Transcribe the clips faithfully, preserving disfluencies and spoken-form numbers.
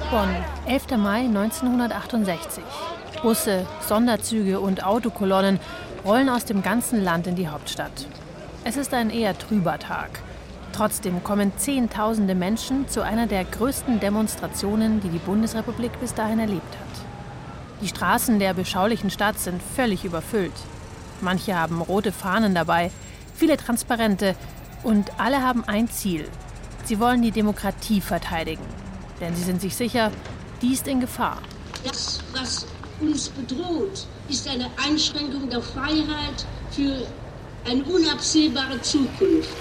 Bonn, elfter Mai neunzehnhundertachtundsechzig. Busse, Sonderzüge und Autokolonnen rollen aus dem ganzen Land in die Hauptstadt. Es ist ein eher trüber Tag. Trotzdem kommen Zehntausende Menschen zu einer der größten Demonstrationen, die die Bundesrepublik bis dahin erlebt hat. Die Straßen der beschaulichen Stadt sind völlig überfüllt. Manche haben rote Fahnen dabei, viele Transparente und alle haben ein Ziel. Sie wollen die Demokratie verteidigen. Denn sie sind sich sicher, die ist in Gefahr. Das, was uns bedroht, ist eine Einschränkung der Freiheit für eine unabsehbare Zukunft.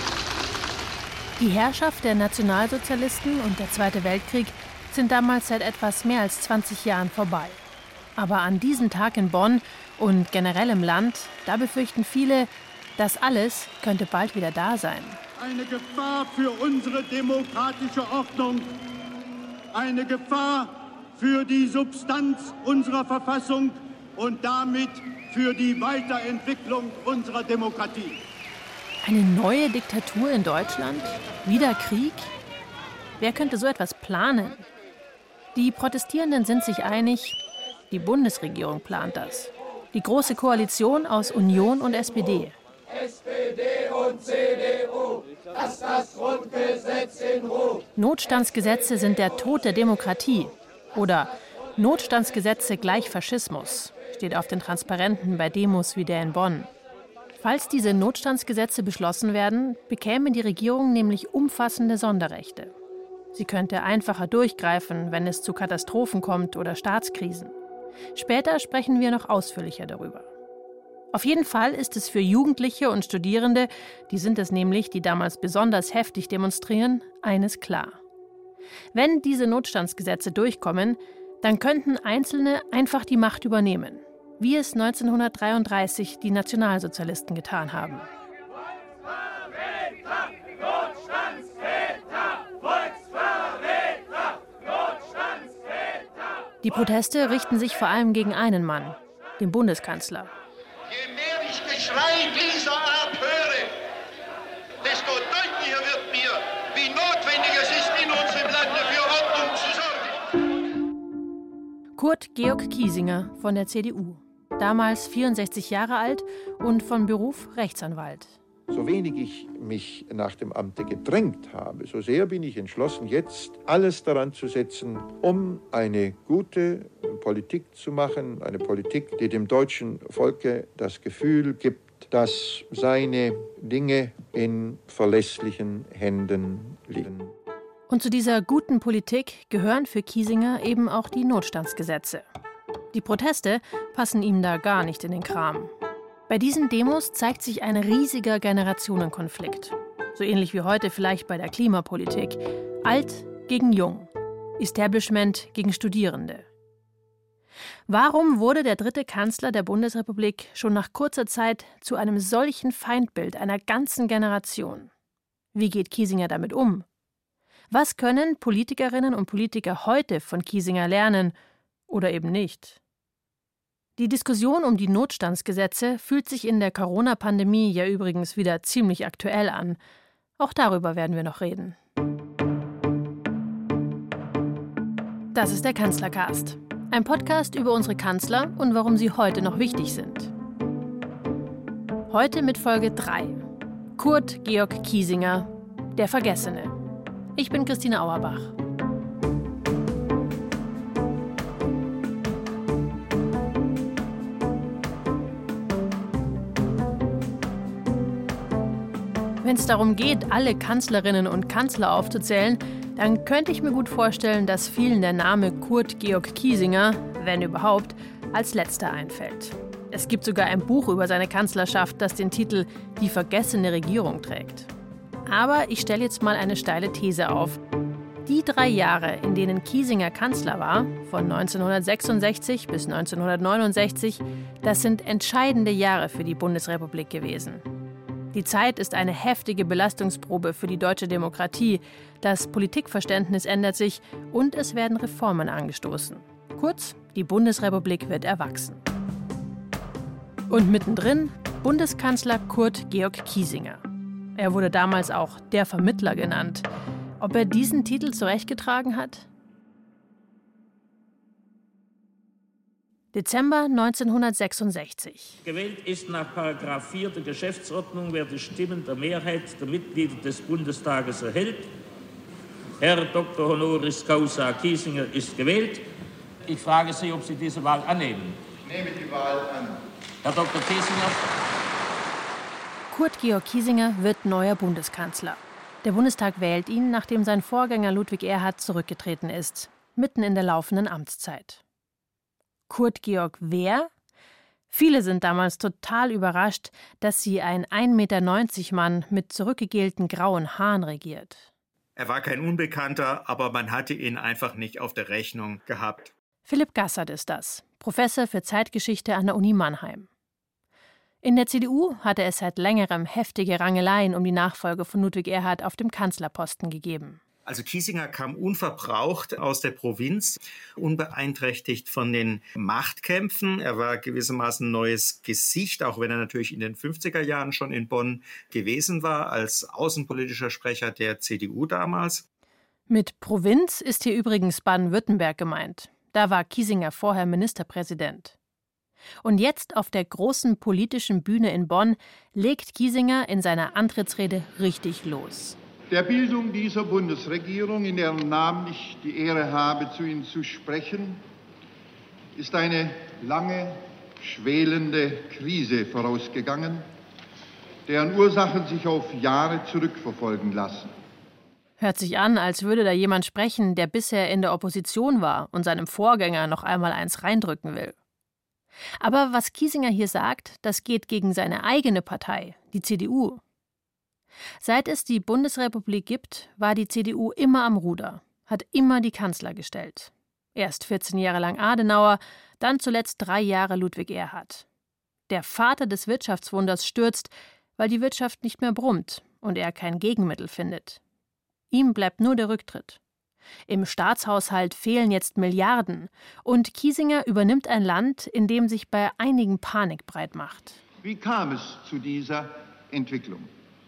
Die Herrschaft der Nationalsozialisten und der Zweite Weltkrieg sind damals seit etwas mehr als zwanzig Jahren vorbei. Aber an diesem Tag in Bonn und generell im Land, da befürchten viele, das alles könnte bald wieder da sein. Eine Gefahr für unsere demokratische Ordnung, eine Gefahr für die Substanz unserer Verfassung und damit für die Weiterentwicklung unserer Demokratie. Eine neue Diktatur in Deutschland? Wieder Krieg? Wer könnte so etwas planen? Die Protestierenden sind sich einig, die Bundesregierung plant das. Die Große Koalition aus Union und S P D. S P D und C D U, lasst das Grundgesetz in Ruhe. Notstandsgesetze sind der Tod der Demokratie. Oder Notstandsgesetze gleich Faschismus, steht auf den Transparenten bei Demos wie der in Bonn. Falls diese Notstandsgesetze beschlossen werden, bekäme die Regierung nämlich umfassende Sonderrechte. Sie könnte einfacher durchgreifen, wenn es zu Katastrophen kommt oder Staatskrisen. Später sprechen wir noch ausführlicher darüber. Auf jeden Fall ist es für Jugendliche und Studierende, die sind es nämlich, die damals besonders heftig demonstrieren, eines klar. Wenn diese Notstandsgesetze durchkommen, dann könnten Einzelne einfach die Macht übernehmen, wie es neunzehnhundertdreiunddreißig die Nationalsozialisten getan haben. Volksverräter, Notstandsväter, Volksverräter, Notstandsväter. Die Proteste richten sich vor allem gegen einen Mann, den Bundeskanzler. Je mehr ich Geschrei dieser Art höre, desto deutlicher wird mir, wie notwendig es ist, in unserem Lande für Ordnung zu sorgen. Kurt Georg Kiesinger von der C D U. Damals vierundsechzig Jahre alt und von Beruf Rechtsanwalt. So wenig ich mich nach dem Amte gedrängt habe, so sehr bin ich entschlossen, jetzt alles daran zu setzen, um eine gute Politik zu machen, eine Politik, die dem deutschen Volke das Gefühl gibt, dass seine Dinge in verlässlichen Händen liegen. Und zu dieser guten Politik gehören für Kiesinger eben auch die Notstandsgesetze. Die Proteste passen ihm da gar nicht in den Kram. Bei diesen Demos zeigt sich ein riesiger Generationenkonflikt. So ähnlich wie heute vielleicht bei der Klimapolitik. Alt gegen Jung. Establishment gegen Studierende. Warum wurde der dritte Kanzler der Bundesrepublik schon nach kurzer Zeit zu einem solchen Feindbild einer ganzen Generation? Wie geht Kiesinger damit um? Was können Politikerinnen und Politiker heute von Kiesinger lernen oder eben nicht? Die Diskussion um die Notstandsgesetze fühlt sich in der Corona-Pandemie ja übrigens wieder ziemlich aktuell an. Auch darüber werden wir noch reden. Das ist der Kanzlercast. Ein Podcast über unsere Kanzler und warum sie heute noch wichtig sind. Heute mit Folge drei. Kurt Georg Kiesinger, der Vergessene. Ich bin Christine Auerbach. Wenn es darum geht, alle Kanzlerinnen und Kanzler aufzuzählen, dann könnte ich mir gut vorstellen, dass vielen der Name Kurt Georg Kiesinger, wenn überhaupt, als letzter einfällt. Es gibt sogar ein Buch über seine Kanzlerschaft, das den Titel »Die vergessene Regierung« trägt. Aber ich stelle jetzt mal eine steile These auf. Die drei Jahre, in denen Kiesinger Kanzler war, von neunzehnhundertsechsundsechzig bis neunzehnhundertneunundsechzig, das sind entscheidende Jahre für die Bundesrepublik gewesen. Die Zeit ist eine heftige Belastungsprobe für die deutsche Demokratie. Das Politikverständnis ändert sich und es werden Reformen angestoßen. Kurz, die Bundesrepublik wird erwachsen. Und mittendrin Bundeskanzler Kurt Georg Kiesinger. Er wurde damals auch der Vermittler genannt. Ob er diesen Titel zurechtgetragen hat? Dezember neunzehnhundertsechsundsechzig. Gewählt ist nach Paragraph vier der Geschäftsordnung, wer die Stimmen der Mehrheit der Mitglieder des Bundestages erhält. Herr Doktor Honoris Causa Kiesinger ist gewählt. Ich frage Sie, ob Sie diese Wahl annehmen. Ich nehme die Wahl an. Herr Doktor Kiesinger. Kurt Georg Kiesinger wird neuer Bundeskanzler. Der Bundestag wählt ihn, nachdem sein Vorgänger Ludwig Erhard zurückgetreten ist, mitten in der laufenden Amtszeit. Kurt Georg wer? Viele sind damals total überrascht, dass sie ein ein Meter neunzig Mann mit zurückgegelten grauen Haaren regiert. Er war kein Unbekannter, aber man hatte ihn einfach nicht auf der Rechnung gehabt. Philipp Gassert ist das, Professor für Zeitgeschichte an der Uni Mannheim. In der C D U hatte es seit längerem heftige Rangeleien um die Nachfolge von Ludwig Erhard auf dem Kanzlerposten gegeben. Also Kiesinger kam unverbraucht aus der Provinz, unbeeinträchtigt von den Machtkämpfen. Er war gewissermaßen ein neues Gesicht, auch wenn er natürlich in den fünfziger Jahren schon in Bonn gewesen war, als außenpolitischer Sprecher der C D U damals. Mit Provinz ist hier übrigens Baden-Württemberg gemeint. Da war Kiesinger vorher Ministerpräsident. Und jetzt auf der großen politischen Bühne in Bonn legt Kiesinger in seiner Antrittsrede richtig los. Der Bildung dieser Bundesregierung, in deren Namen ich die Ehre habe, zu Ihnen zu sprechen, ist eine lange, schwelende Krise vorausgegangen, deren Ursachen sich auf Jahre zurückverfolgen lassen. Hört sich an, als würde da jemand sprechen, der bisher in der Opposition war und seinem Vorgänger noch einmal eins reindrücken will. Aber was Kiesinger hier sagt, das geht gegen seine eigene Partei, die C D U. Seit es die Bundesrepublik gibt, war die C D U immer am Ruder, hat immer die Kanzler gestellt. Erst vierzehn Jahre lang Adenauer, dann zuletzt drei Jahre Ludwig Erhard. Der Vater des Wirtschaftswunders stürzt, weil die Wirtschaft nicht mehr brummt und er kein Gegenmittel findet. Ihm bleibt nur der Rücktritt. Im Staatshaushalt fehlen jetzt Milliarden und Kiesinger übernimmt ein Land, in dem sich bei einigen Panik breit macht. Wie kam es zu dieser Entwicklung?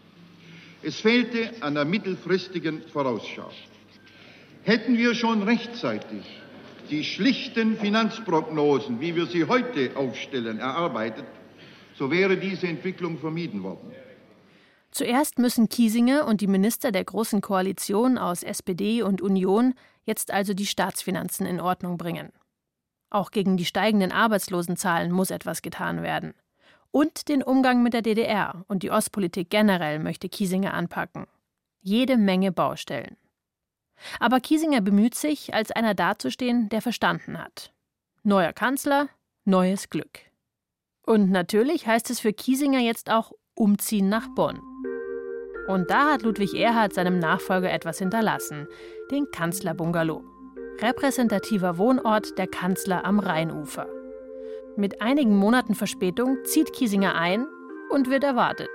Es fehlte an der mittelfristigen Vorausschau. Hätten wir schon rechtzeitig die schlichten Finanzprognosen, wie wir sie heute aufstellen, erarbeitet, so wäre diese Entwicklung vermieden worden. Zuerst müssen Kiesinger und die Minister der Großen Koalition aus S P D und Union jetzt also die Staatsfinanzen in Ordnung bringen. Auch gegen die steigenden Arbeitslosenzahlen muss etwas getan werden. Und den Umgang mit der D D R und die Ostpolitik generell möchte Kiesinger anpacken. Jede Menge Baustellen. Aber Kiesinger bemüht sich, als einer dazustehen, der verstanden hat. Neuer Kanzler, neues Glück. Und natürlich heißt es für Kiesinger jetzt auch umziehen nach Bonn. Und da hat Ludwig Erhard seinem Nachfolger etwas hinterlassen, den Kanzlerbungalow. Repräsentativer Wohnort der Kanzler am Rheinufer. Mit einigen Monaten Verspätung zieht Kiesinger ein und wird erwartet.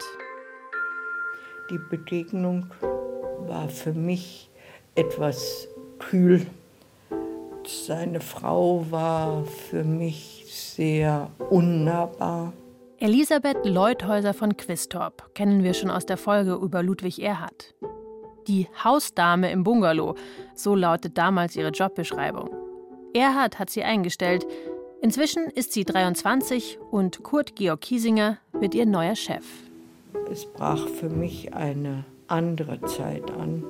Die Begegnung war für mich etwas kühl. Seine Frau war für mich sehr unnahbar. Elisabeth Leuthäuser von Quistorp kennen wir schon aus der Folge über Ludwig Erhard. Die Hausdame im Bungalow, so lautet damals ihre Jobbeschreibung. Erhard hat sie eingestellt. Inzwischen ist sie dreiundzwanzig und Kurt Georg Kiesinger wird ihr neuer Chef. Es brach für mich eine andere Zeit an.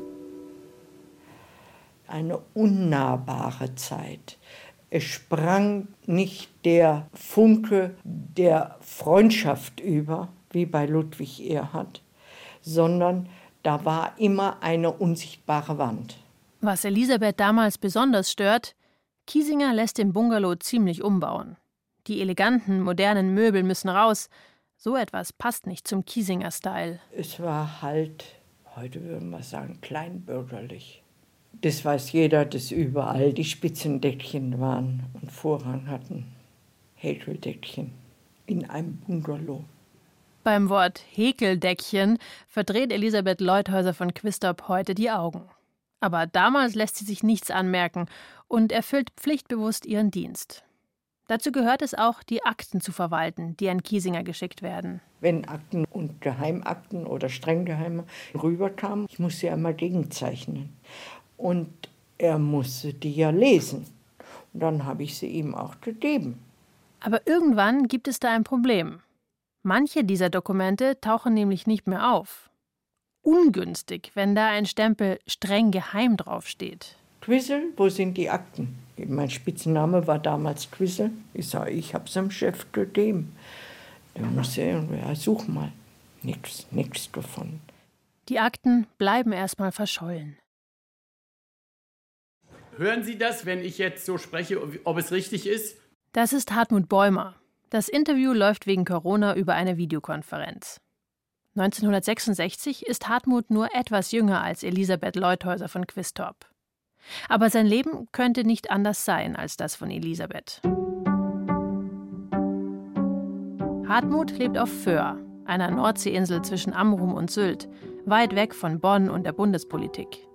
Eine unnahbare Zeit. Es sprang nicht der Funke der Freundschaft über, wie bei Ludwig Erhard, sondern da war immer eine unsichtbare Wand. Was Elisabeth damals besonders stört, Kiesinger lässt den Bungalow ziemlich umbauen. Die eleganten, modernen Möbel müssen raus. So etwas passt nicht zum Kiesinger-Style. Es war halt, heute würden wir sagen, kleinbürgerlich. Das weiß jeder, dass überall die Spitzendeckchen waren und Vorrang hatten. Häkeldeckchen in einem Bungalow. Beim Wort Häkeldeckchen verdreht Elisabeth Leuthäuser von Quistorp heute die Augen. Aber damals lässt sie sich nichts anmerken und erfüllt pflichtbewusst ihren Dienst. Dazu gehört es auch, die Akten zu verwalten, die an Kiesinger geschickt werden. Wenn Akten und Geheimakten oder strenggeheime rüberkamen, ich musste ja einmal gegenzeichnen. Und er musste die ja lesen. Und dann habe ich sie ihm auch gegeben. Aber irgendwann gibt es da ein Problem. Manche dieser Dokumente tauchen nämlich nicht mehr auf. Ungünstig, wenn da ein Stempel streng geheim draufsteht. Quissel, wo sind die Akten? Mein Spitzname war damals Quissel. Ich sage, ich hab's dem Chef gegeben. Der muss sehen, ja, such mal. Nix, nix gefunden. Die Akten bleiben erstmal verschollen. Hören Sie das, wenn ich jetzt so spreche, ob es richtig ist? Das ist Hartmut Bäumer. Das Interview läuft wegen Corona über eine Videokonferenz. neunzehnhundertsechsundsechzig ist Hartmut nur etwas jünger als Elisabeth Leuthäuser von Quistorp. Aber sein Leben könnte nicht anders sein als das von Elisabeth. Hartmut lebt auf Föhr, einer Nordseeinsel zwischen Amrum und Sylt, weit weg von Bonn und der Bundespolitik.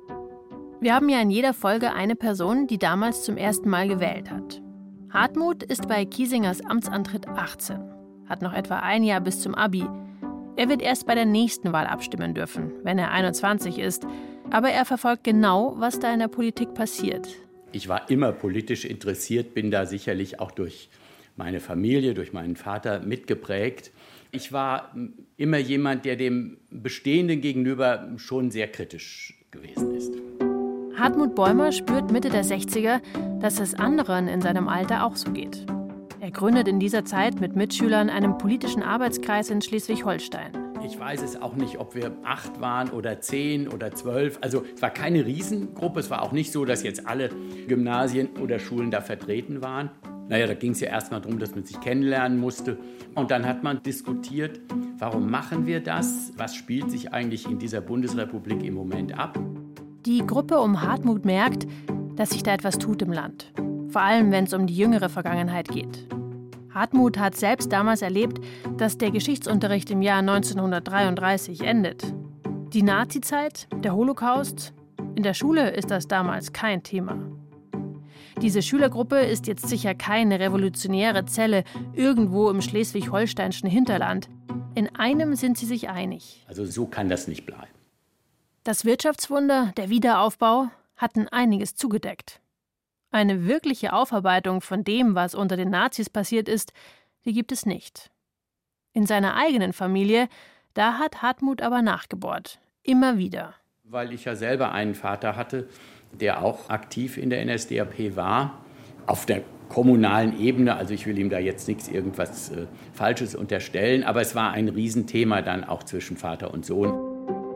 Wir haben ja in jeder Folge eine Person, die damals zum ersten Mal gewählt hat. Hartmut ist bei Kiesingers Amtsantritt achtzehn, hat noch etwa ein Jahr bis zum Abi. Er wird erst bei der nächsten Wahl abstimmen dürfen, wenn er einundzwanzig ist. Aber er verfolgt genau, was da in der Politik passiert. Ich war immer politisch interessiert, bin da sicherlich auch durch meine Familie, durch meinen Vater mitgeprägt. Ich war immer jemand, der dem Bestehenden gegenüber schon sehr kritisch gewesen ist. Hartmut Bäumer spürt Mitte der sechziger, dass es anderen in seinem Alter auch so geht. Er gründet in dieser Zeit mit Mitschülern einen politischen Arbeitskreis in Schleswig-Holstein. Ich weiß es auch nicht, ob wir acht waren oder zehn oder zwölf. Also es war keine Riesengruppe. Es war auch nicht so, dass jetzt alle Gymnasien oder Schulen da vertreten waren. Naja, da ging es ja erstmal darum, dass man sich kennenlernen musste. Und dann hat man diskutiert, warum machen wir das? Was spielt sich eigentlich in dieser Bundesrepublik im Moment ab? Die Gruppe um Hartmut merkt, dass sich da etwas tut im Land. Vor allem, wenn es um die jüngere Vergangenheit geht. Hartmut hat selbst damals erlebt, dass der Geschichtsunterricht im Jahr neunzehnhundertdreiunddreißig endet. Die Nazizeit, der Holocaust, in der Schule ist das damals kein Thema. Diese Schülergruppe ist jetzt sicher keine revolutionäre Zelle irgendwo im schleswig-holsteinischen Hinterland. In einem sind sie sich einig. Also so kann das nicht bleiben. Das Wirtschaftswunder, der Wiederaufbau, hatten einiges zugedeckt. Eine wirkliche Aufarbeitung von dem, was unter den Nazis passiert ist, die gibt es nicht. In seiner eigenen Familie, da hat Hartmut aber nachgebohrt. Immer wieder. Weil ich ja selber einen Vater hatte, der auch aktiv in der N S D A P war, auf der kommunalen Ebene. Also ich will ihm da jetzt nichts irgendwas äh, Falsches unterstellen, aber es war ein Riesenthema dann auch zwischen Vater und Sohn.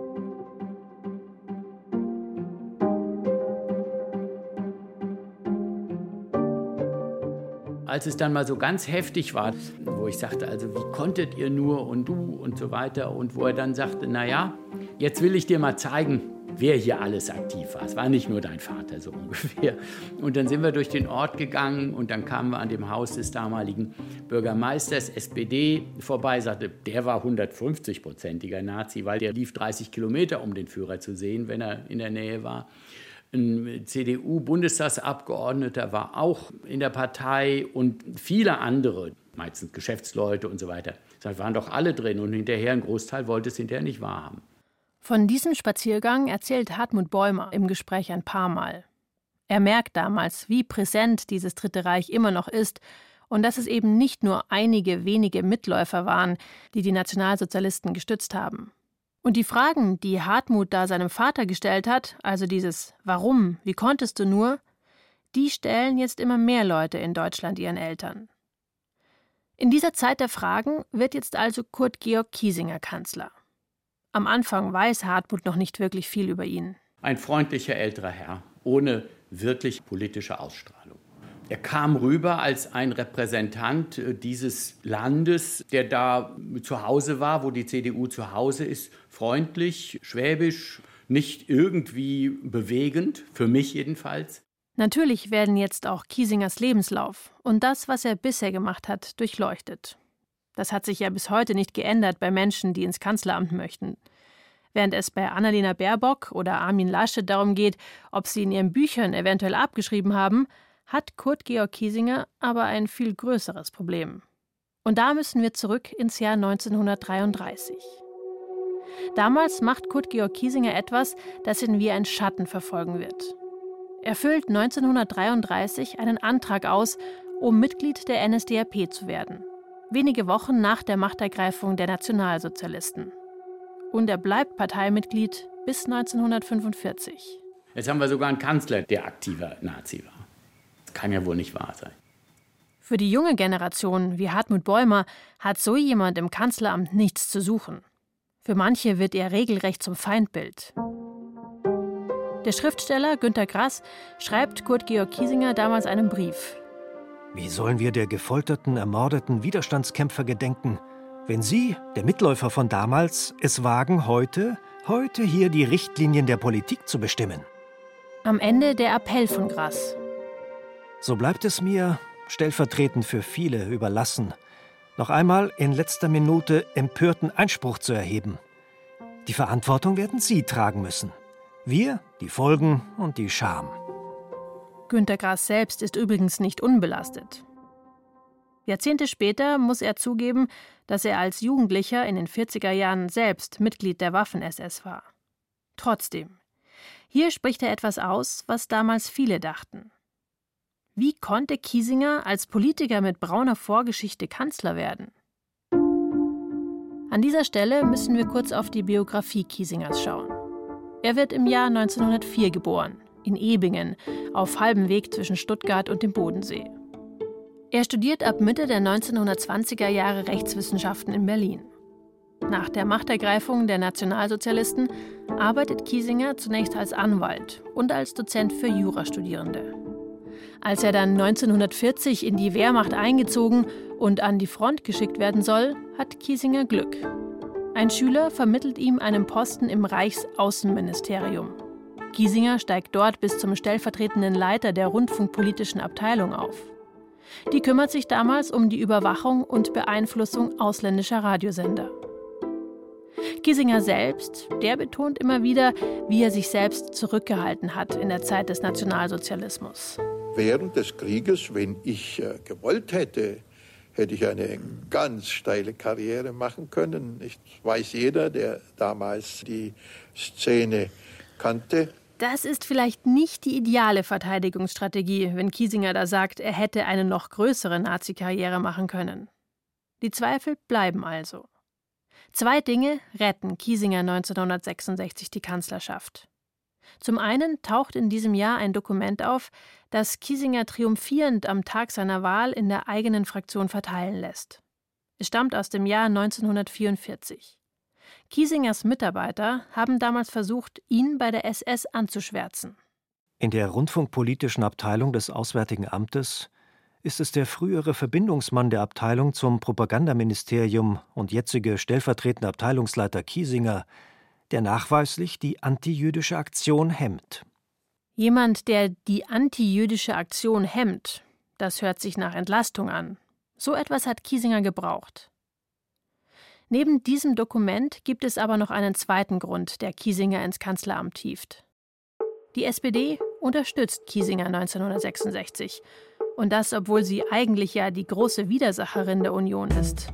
Als es dann mal so ganz heftig war, wo ich sagte, also wie konntet ihr nur und du und so weiter, und wo er dann sagte, naja, jetzt will ich dir mal zeigen, wer hier alles aktiv war. Es war nicht nur dein Vater, so ungefähr. Und dann sind wir durch den Ort gegangen und dann kamen wir an dem Haus des damaligen Bürgermeisters, S P D, vorbei, sagte, der war hundertfünfzig-prozentiger Nazi, weil der lief dreißig Kilometer, um den Führer zu sehen, wenn er in der nähe war. Ein C D U-Bundestagsabgeordneter war auch in der Partei und viele andere, meistens Geschäftsleute und so weiter. Das waren doch alle drin und hinterher ein Großteil wollte es hinterher nicht wahrhaben. Von diesem Spaziergang erzählt Hartmut Bäumer im Gespräch ein paar Mal. Er merkt damals, wie präsent dieses Dritte Reich immer noch ist und dass es eben nicht nur einige wenige Mitläufer waren, die die Nationalsozialisten gestützt haben. Und die Fragen, die Hartmut da seinem Vater gestellt hat, also dieses Warum, wie konntest du nur, die stellen jetzt immer mehr Leute in Deutschland ihren Eltern. In dieser Zeit der Fragen wird jetzt also Kurt Georg Kiesinger Kanzler. Am Anfang weiß Hartmut noch nicht wirklich viel über ihn. Ein freundlicher älterer Herr, ohne wirklich politische Ausstrahlung. Er kam rüber als ein Repräsentant dieses Landes, der da zu Hause war, wo die C D U zu Hause ist, freundlich, schwäbisch, nicht irgendwie bewegend, für mich jedenfalls. Natürlich werden jetzt auch Kiesingers Lebenslauf und das, was er bisher gemacht hat, durchleuchtet. Das hat sich ja bis heute nicht geändert bei Menschen, die ins Kanzleramt möchten. Während es bei Annalena Baerbock oder Armin Laschet darum geht, ob sie in ihren Büchern eventuell abgeschrieben haben, hat Kurt Georg Kiesinger aber ein viel größeres Problem. Und da müssen wir zurück ins Jahr neunzehnhundertdreiunddreißig. Damals macht Kurt Georg Kiesinger etwas, das ihn wie ein Schatten verfolgen wird. Er füllt neunzehnhundertdreiunddreißig einen Antrag aus, um Mitglied der N S D A P zu werden. Wenige Wochen nach der Machtergreifung der Nationalsozialisten. Und er bleibt Parteimitglied bis neunzehnhundertfünfundvierzig. Jetzt haben wir sogar einen Kanzler, der aktiver Nazi war. Das kann ja wohl nicht wahr sein. Für die junge Generation wie Hartmut Bäumer hat so jemand im Kanzleramt nichts zu suchen. Für manche wird er regelrecht zum Feindbild. Der Schriftsteller Günter Grass schreibt Kurt Georg Kiesinger damals einen Brief. Wie sollen wir der gefolterten, ermordeten Widerstandskämpfer gedenken, wenn Sie, der Mitläufer von damals, es wagen, heute, heute hier die Richtlinien der Politik zu bestimmen? Am Ende der Appell von Grass. So bleibt es mir, stellvertretend für viele überlassen, noch einmal in letzter Minute empörten Einspruch zu erheben. Die Verantwortung werden Sie tragen müssen. Wir, die Folgen und die Scham. Günter Grass selbst ist übrigens nicht unbelastet. Jahrzehnte später muss er zugeben, dass er als Jugendlicher in den vierziger Jahren selbst Mitglied der Waffen-S S war. Trotzdem, hier spricht er etwas aus, was damals viele dachten. Wie konnte Kiesinger als Politiker mit brauner Vorgeschichte Kanzler werden? An dieser Stelle müssen wir kurz auf die Biografie Kiesingers schauen. Er wird im Jahr neunzehnhundertvier geboren, in Ebingen, auf halbem Weg zwischen Stuttgart und dem Bodensee. Er studiert ab Mitte der neunzehnhundertzwanziger Jahre Rechtswissenschaften in Berlin. Nach der Machtergreifung der Nationalsozialisten arbeitet Kiesinger zunächst als Anwalt und als Dozent für Jurastudierende. Als er dann neunzehnhundertvierzig in die Wehrmacht eingezogen und an die Front geschickt werden soll, hat Kiesinger Glück. Ein Schüler vermittelt ihm einen Posten im Reichsaußenministerium. Kiesinger steigt dort bis zum stellvertretenden Leiter der rundfunkpolitischen Abteilung auf. Die kümmert sich damals um die Überwachung und Beeinflussung ausländischer Radiosender. Kiesinger selbst, der betont immer wieder, wie er sich selbst zurückgehalten hat in der Zeit des Nationalsozialismus. Während des Krieges, wenn ich äh, gewollt hätte, hätte ich eine ganz steile Karriere machen können. Das weiß jeder, der damals die Szene kannte. Das ist vielleicht nicht die ideale Verteidigungsstrategie, wenn Kiesinger da sagt, er hätte eine noch größere Nazi-Karriere machen können. Die Zweifel bleiben also. Zwei Dinge retten Kiesinger neunzehnhundertsechsundsechzig die Kanzlerschaft. Zum einen taucht in diesem Jahr ein Dokument auf, das Kiesinger triumphierend am Tag seiner Wahl in der eigenen Fraktion verteilen lässt. Es stammt aus dem Jahr neunzehnhundertvierundvierzig. Kiesingers Mitarbeiter haben damals versucht, ihn bei der S S anzuschwärzen. In der rundfunkpolitischen Abteilung des Auswärtigen Amtes ist es der frühere Verbindungsmann der Abteilung zum Propagandaministerium und jetzige stellvertretende Abteilungsleiter Kiesinger, der nachweislich die antijüdische Aktion hemmt. Jemand, der die antijüdische Aktion hemmt, das hört sich nach Entlastung an. So etwas hat Kiesinger gebraucht. Neben diesem Dokument gibt es aber noch einen zweiten Grund, der Kiesinger ins Kanzleramt hieft. Die S P D unterstützt Kiesinger neunzehnhundertsechsundsechzig. Und das, obwohl sie eigentlich ja die große Widersacherin der Union ist.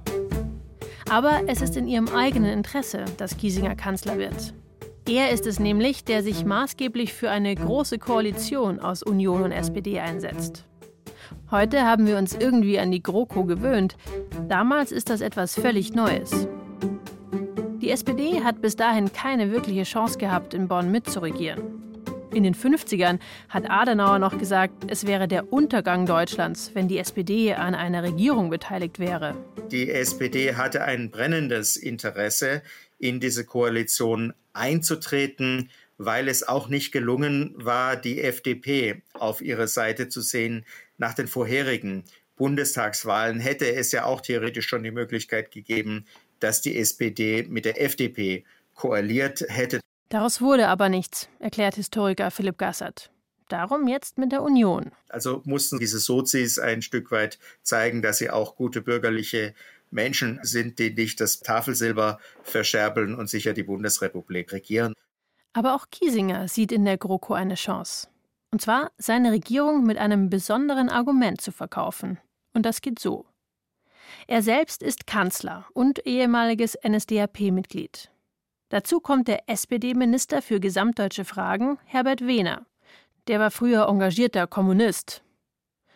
Aber es ist in ihrem eigenen Interesse, dass Kiesinger Kanzler wird. Er ist es nämlich, der sich maßgeblich für eine große Koalition aus Union und S P D einsetzt. Heute haben wir uns irgendwie an die GroKo gewöhnt. Damals ist das etwas völlig Neues. Die S P D hat bis dahin keine wirkliche Chance gehabt, in Bonn mitzuregieren. In den fünfzigern hat Adenauer noch gesagt, es wäre der Untergang Deutschlands, wenn die S P D an einer Regierung beteiligt wäre. Die S P D hatte ein brennendes Interesse, in diese Koalition einzutreten, weil es auch nicht gelungen war, die F D P auf ihre Seite zu sehen. Nach den vorherigen Bundestagswahlen hätte es ja auch theoretisch schon die Möglichkeit gegeben, dass die S P D mit der F D P koaliert hätte. Daraus wurde aber nichts, erklärt Historiker Philipp Gassert. Darum jetzt mit der Union. Also mussten diese Sozis ein Stück weit zeigen, dass sie auch gute bürgerliche Menschen sind, die nicht das Tafelsilber verscherbeln und sicher die Bundesrepublik regieren. Aber auch Kiesinger sieht in der GroKo eine Chance. Und zwar, seine Regierung mit einem besonderen Argument zu verkaufen. Und das geht so. Er selbst ist Kanzler und ehemaliges N S D A P-Mitglied. Dazu kommt der S P D-Minister für gesamtdeutsche Fragen, Herbert Wehner. Der war früher engagierter Kommunist.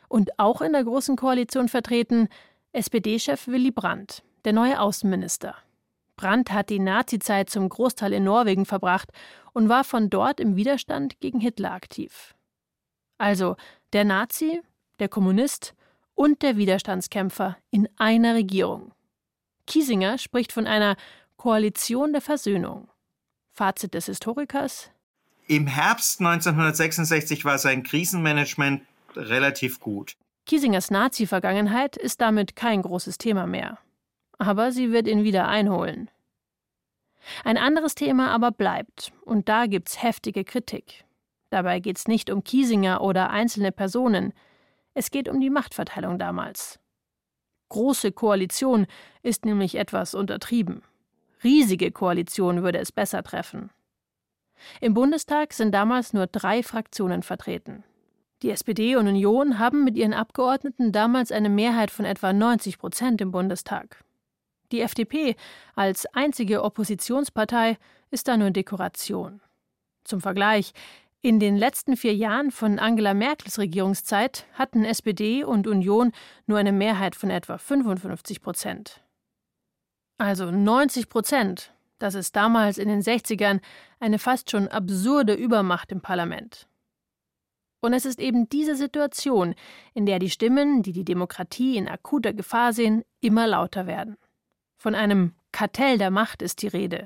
Und auch in der Großen Koalition vertreten S P D-Chef Willy Brandt, der neue Außenminister. Brandt hat die Nazizeit zum Großteil in Norwegen verbracht und war von dort im Widerstand gegen Hitler aktiv. Also der Nazi, der Kommunist und der Widerstandskämpfer in einer Regierung. Kiesinger spricht von einer Koalition der Versöhnung. Fazit des Historikers: Im Herbst neunzehnhundertsechsundsechzig war sein Krisenmanagement relativ gut. Kiesingers Nazi-Vergangenheit ist damit kein großes Thema mehr. Aber sie wird ihn wieder einholen. Ein anderes Thema aber bleibt, und da gibt's heftige Kritik. Dabei geht's nicht um Kiesinger oder einzelne Personen. Es geht um die Machtverteilung damals. Große Koalition ist nämlich etwas untertrieben. Riesige Koalition würde es besser treffen. Im Bundestag sind damals nur drei Fraktionen vertreten. Die S P D und Union haben mit ihren Abgeordneten damals eine Mehrheit von etwa neunzig Prozent im Bundestag. Die F D P als einzige Oppositionspartei ist da nur Dekoration. Zum Vergleich: In den letzten vier Jahren von Angela Merkels Regierungszeit hatten S P D und Union nur eine Mehrheit von etwa fünfundfünfzig Prozent. Also neunzig Prozent, das ist damals in den sechzigern eine fast schon absurde Übermacht im Parlament. Und es ist eben diese Situation, in der die Stimmen, die die Demokratie in akuter Gefahr sehen, immer lauter werden. Von einem Kartell der Macht ist die Rede.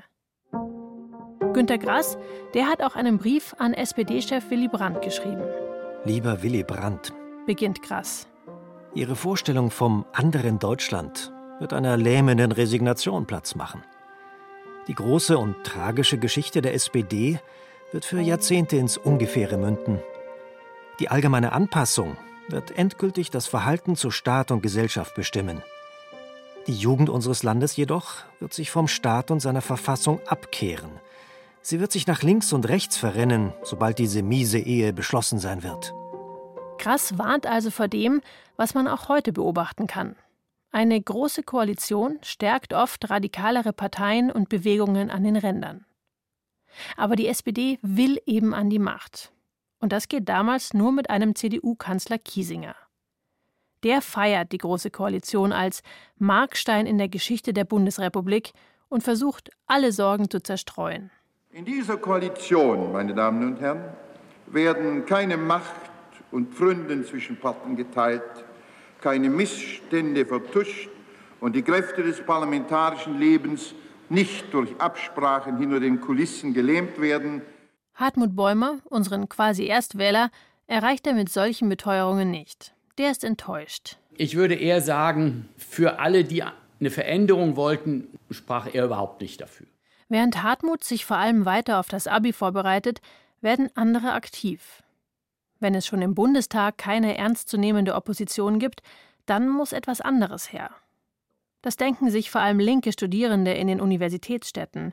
Günter Grass, der hat auch einen Brief an S P D-Chef Willy Brandt geschrieben. Lieber Willy Brandt, beginnt Grass. Ihre Vorstellung vom anderen Deutschland wird einer lähmenden Resignation Platz machen. Die große und tragische Geschichte der S P D wird für Jahrzehnte ins Ungefähre münden. Die allgemeine Anpassung wird endgültig das Verhalten zu Staat und Gesellschaft bestimmen. Die Jugend unseres Landes jedoch wird sich vom Staat und seiner Verfassung abkehren. Sie wird sich nach links und rechts verrennen, sobald diese miese Ehe beschlossen sein wird. Grass warnt also vor dem, was man auch heute beobachten kann. Eine große Koalition stärkt oft radikalere Parteien und Bewegungen an den Rändern. Aber die S P D will eben an die Macht. Und das geht damals nur mit einem C D U-Kanzler Kiesinger. Der feiert die Große Koalition als Markstein in der Geschichte der Bundesrepublik und versucht, alle Sorgen zu zerstreuen. In dieser Koalition, meine Damen und Herren, werden keine Macht und Pfründen zwischen Parteien geteilt, keine Missstände vertuscht und die Kräfte des parlamentarischen Lebens nicht durch Absprachen hinter den Kulissen gelähmt werden. Hartmut Bäumer, unseren quasi Erstwähler, erreicht er mit solchen Beteuerungen nicht. Der ist enttäuscht. Ich würde eher sagen, für alle, die eine Veränderung wollten, sprach er überhaupt nicht dafür. Während Hartmut sich vor allem weiter auf das Abi vorbereitet, werden andere aktiv. Wenn es schon im Bundestag keine ernstzunehmende Opposition gibt, dann muss etwas anderes her. Das denken sich vor allem linke Studierende in den Universitätsstädten.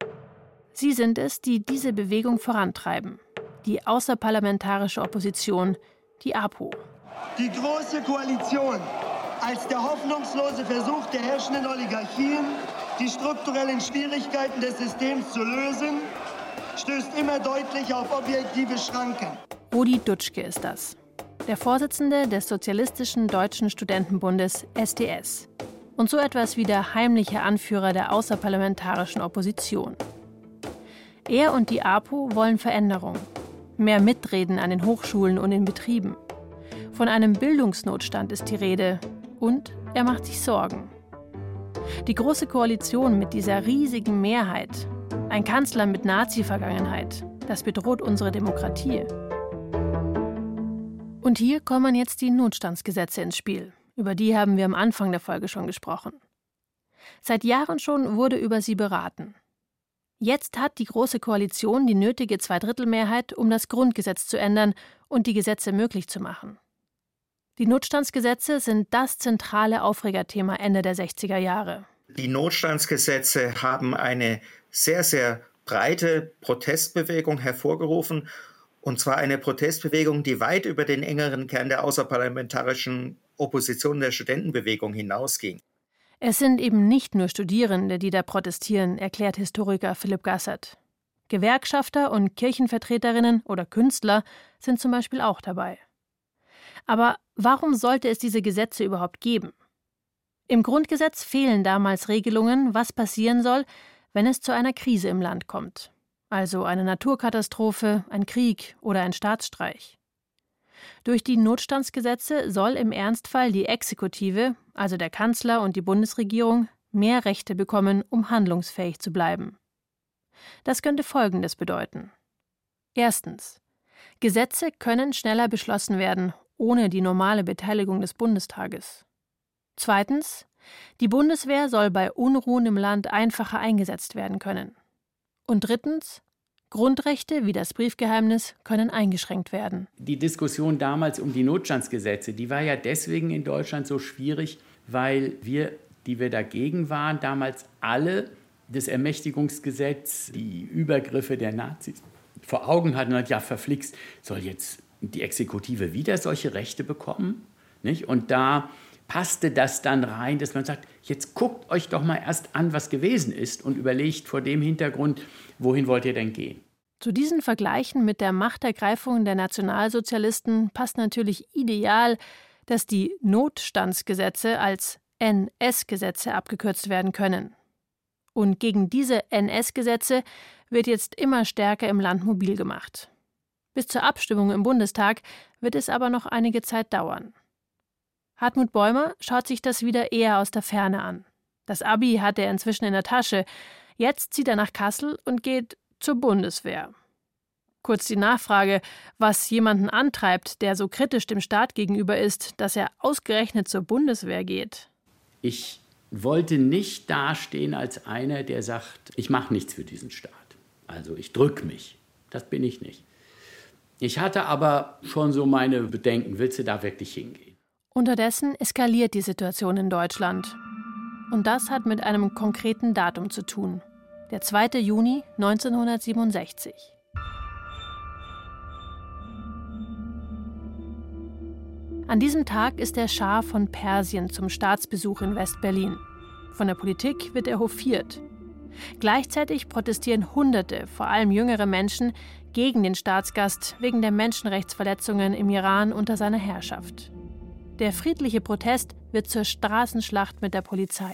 Sie sind es, die diese Bewegung vorantreiben. Die außerparlamentarische Opposition, die APO. Die Große Koalition als der hoffnungslose Versuch der herrschenden Oligarchien, die strukturellen Schwierigkeiten des Systems zu lösen, stößt immer deutlicher auf objektive Schranken. Rudi Dutschke ist das, der Vorsitzende des Sozialistischen Deutschen Studentenbundes S D S und so etwas wie der heimliche Anführer der außerparlamentarischen Opposition. Er und die APO wollen Veränderung, mehr Mitreden an den Hochschulen und in Betrieben. Von einem Bildungsnotstand ist die Rede und er macht sich Sorgen. Die Große Koalition mit dieser riesigen Mehrheit, ein Kanzler mit Nazi-Vergangenheit, das bedroht unsere Demokratie. Und hier kommen jetzt die Notstandsgesetze ins Spiel. Über die haben wir am Anfang der Folge schon gesprochen. Seit Jahren schon wurde über sie beraten. Jetzt hat die Große Koalition die nötige Zweidrittelmehrheit, um das Grundgesetz zu ändern und die Gesetze möglich zu machen. Die Notstandsgesetze sind das zentrale Aufregerthema Ende der sechziger Jahre. Die Notstandsgesetze haben eine sehr, sehr breite Protestbewegung hervorgerufen. Und zwar eine Protestbewegung, die weit über den engeren Kern der außerparlamentarischen Opposition der Studentenbewegung hinausging. Es sind eben nicht nur Studierende, die da protestieren, erklärt Historiker Philipp Gassert. Gewerkschafter und Kirchenvertreterinnen oder Künstler sind zum Beispiel auch dabei. Aber warum sollte es diese Gesetze überhaupt geben? Im Grundgesetz fehlen damals Regelungen, was passieren soll, wenn es zu einer Krise im Land kommt. Also eine Naturkatastrophe, ein Krieg oder ein Staatsstreich. Durch die Notstandsgesetze soll im Ernstfall die Exekutive, also der Kanzler und die Bundesregierung, mehr Rechte bekommen, um handlungsfähig zu bleiben. Das könnte Folgendes bedeuten. Erstens. Gesetze können schneller beschlossen werden, ohne die normale Beteiligung des Bundestages. Zweitens. Die Bundeswehr soll bei Unruhen im Land einfacher eingesetzt werden können. Und drittens. Grundrechte wie das Briefgeheimnis können eingeschränkt werden. Die Diskussion damals um die Notstandsgesetze, die war ja deswegen in Deutschland so schwierig, weil wir, die wir dagegen waren, damals alle das Ermächtigungsgesetz, die Übergriffe der Nazis vor Augen hatten und ja, verflixt, soll jetzt die Exekutive wieder solche Rechte bekommen? Nicht? Und da passte das dann rein, dass man sagt, jetzt guckt euch doch mal erst an, was gewesen ist und überlegt vor dem Hintergrund, wohin wollt ihr denn gehen? Zu diesen Vergleichen mit der Machtergreifung der Nationalsozialisten passt natürlich ideal, dass die Notstandsgesetze als N S-Gesetze abgekürzt werden können. Und gegen diese N S-Gesetze wird jetzt immer stärker im Land mobil gemacht. Bis zur Abstimmung im Bundestag wird es aber noch einige Zeit dauern. Hartmut Bäumer schaut sich das wieder eher aus der Ferne an. Das Abi hat er inzwischen in der Tasche. Jetzt zieht er nach Kassel und geht zur Bundeswehr. Kurz die Nachfrage, was jemanden antreibt, der so kritisch dem Staat gegenüber ist, dass er ausgerechnet zur Bundeswehr geht. Ich wollte nicht dastehen als einer, der sagt, ich mache nichts für diesen Staat. Also ich drücke mich. Das bin ich nicht. Ich hatte aber schon so meine Bedenken, willst du da wirklich hingehen? Unterdessen eskaliert die Situation in Deutschland. Und das hat mit einem konkreten Datum zu tun. Der zweite Juni neunzehnhundertsiebenundsechzig. An diesem Tag ist der Schah von Persien zum Staatsbesuch in West-Berlin. Von der Politik wird er hofiert. Gleichzeitig protestieren Hunderte, vor allem jüngere Menschen, gegen den Staatsgast wegen der Menschenrechtsverletzungen im Iran unter seiner Herrschaft. Der friedliche Protest wird zur Straßenschlacht mit der Polizei.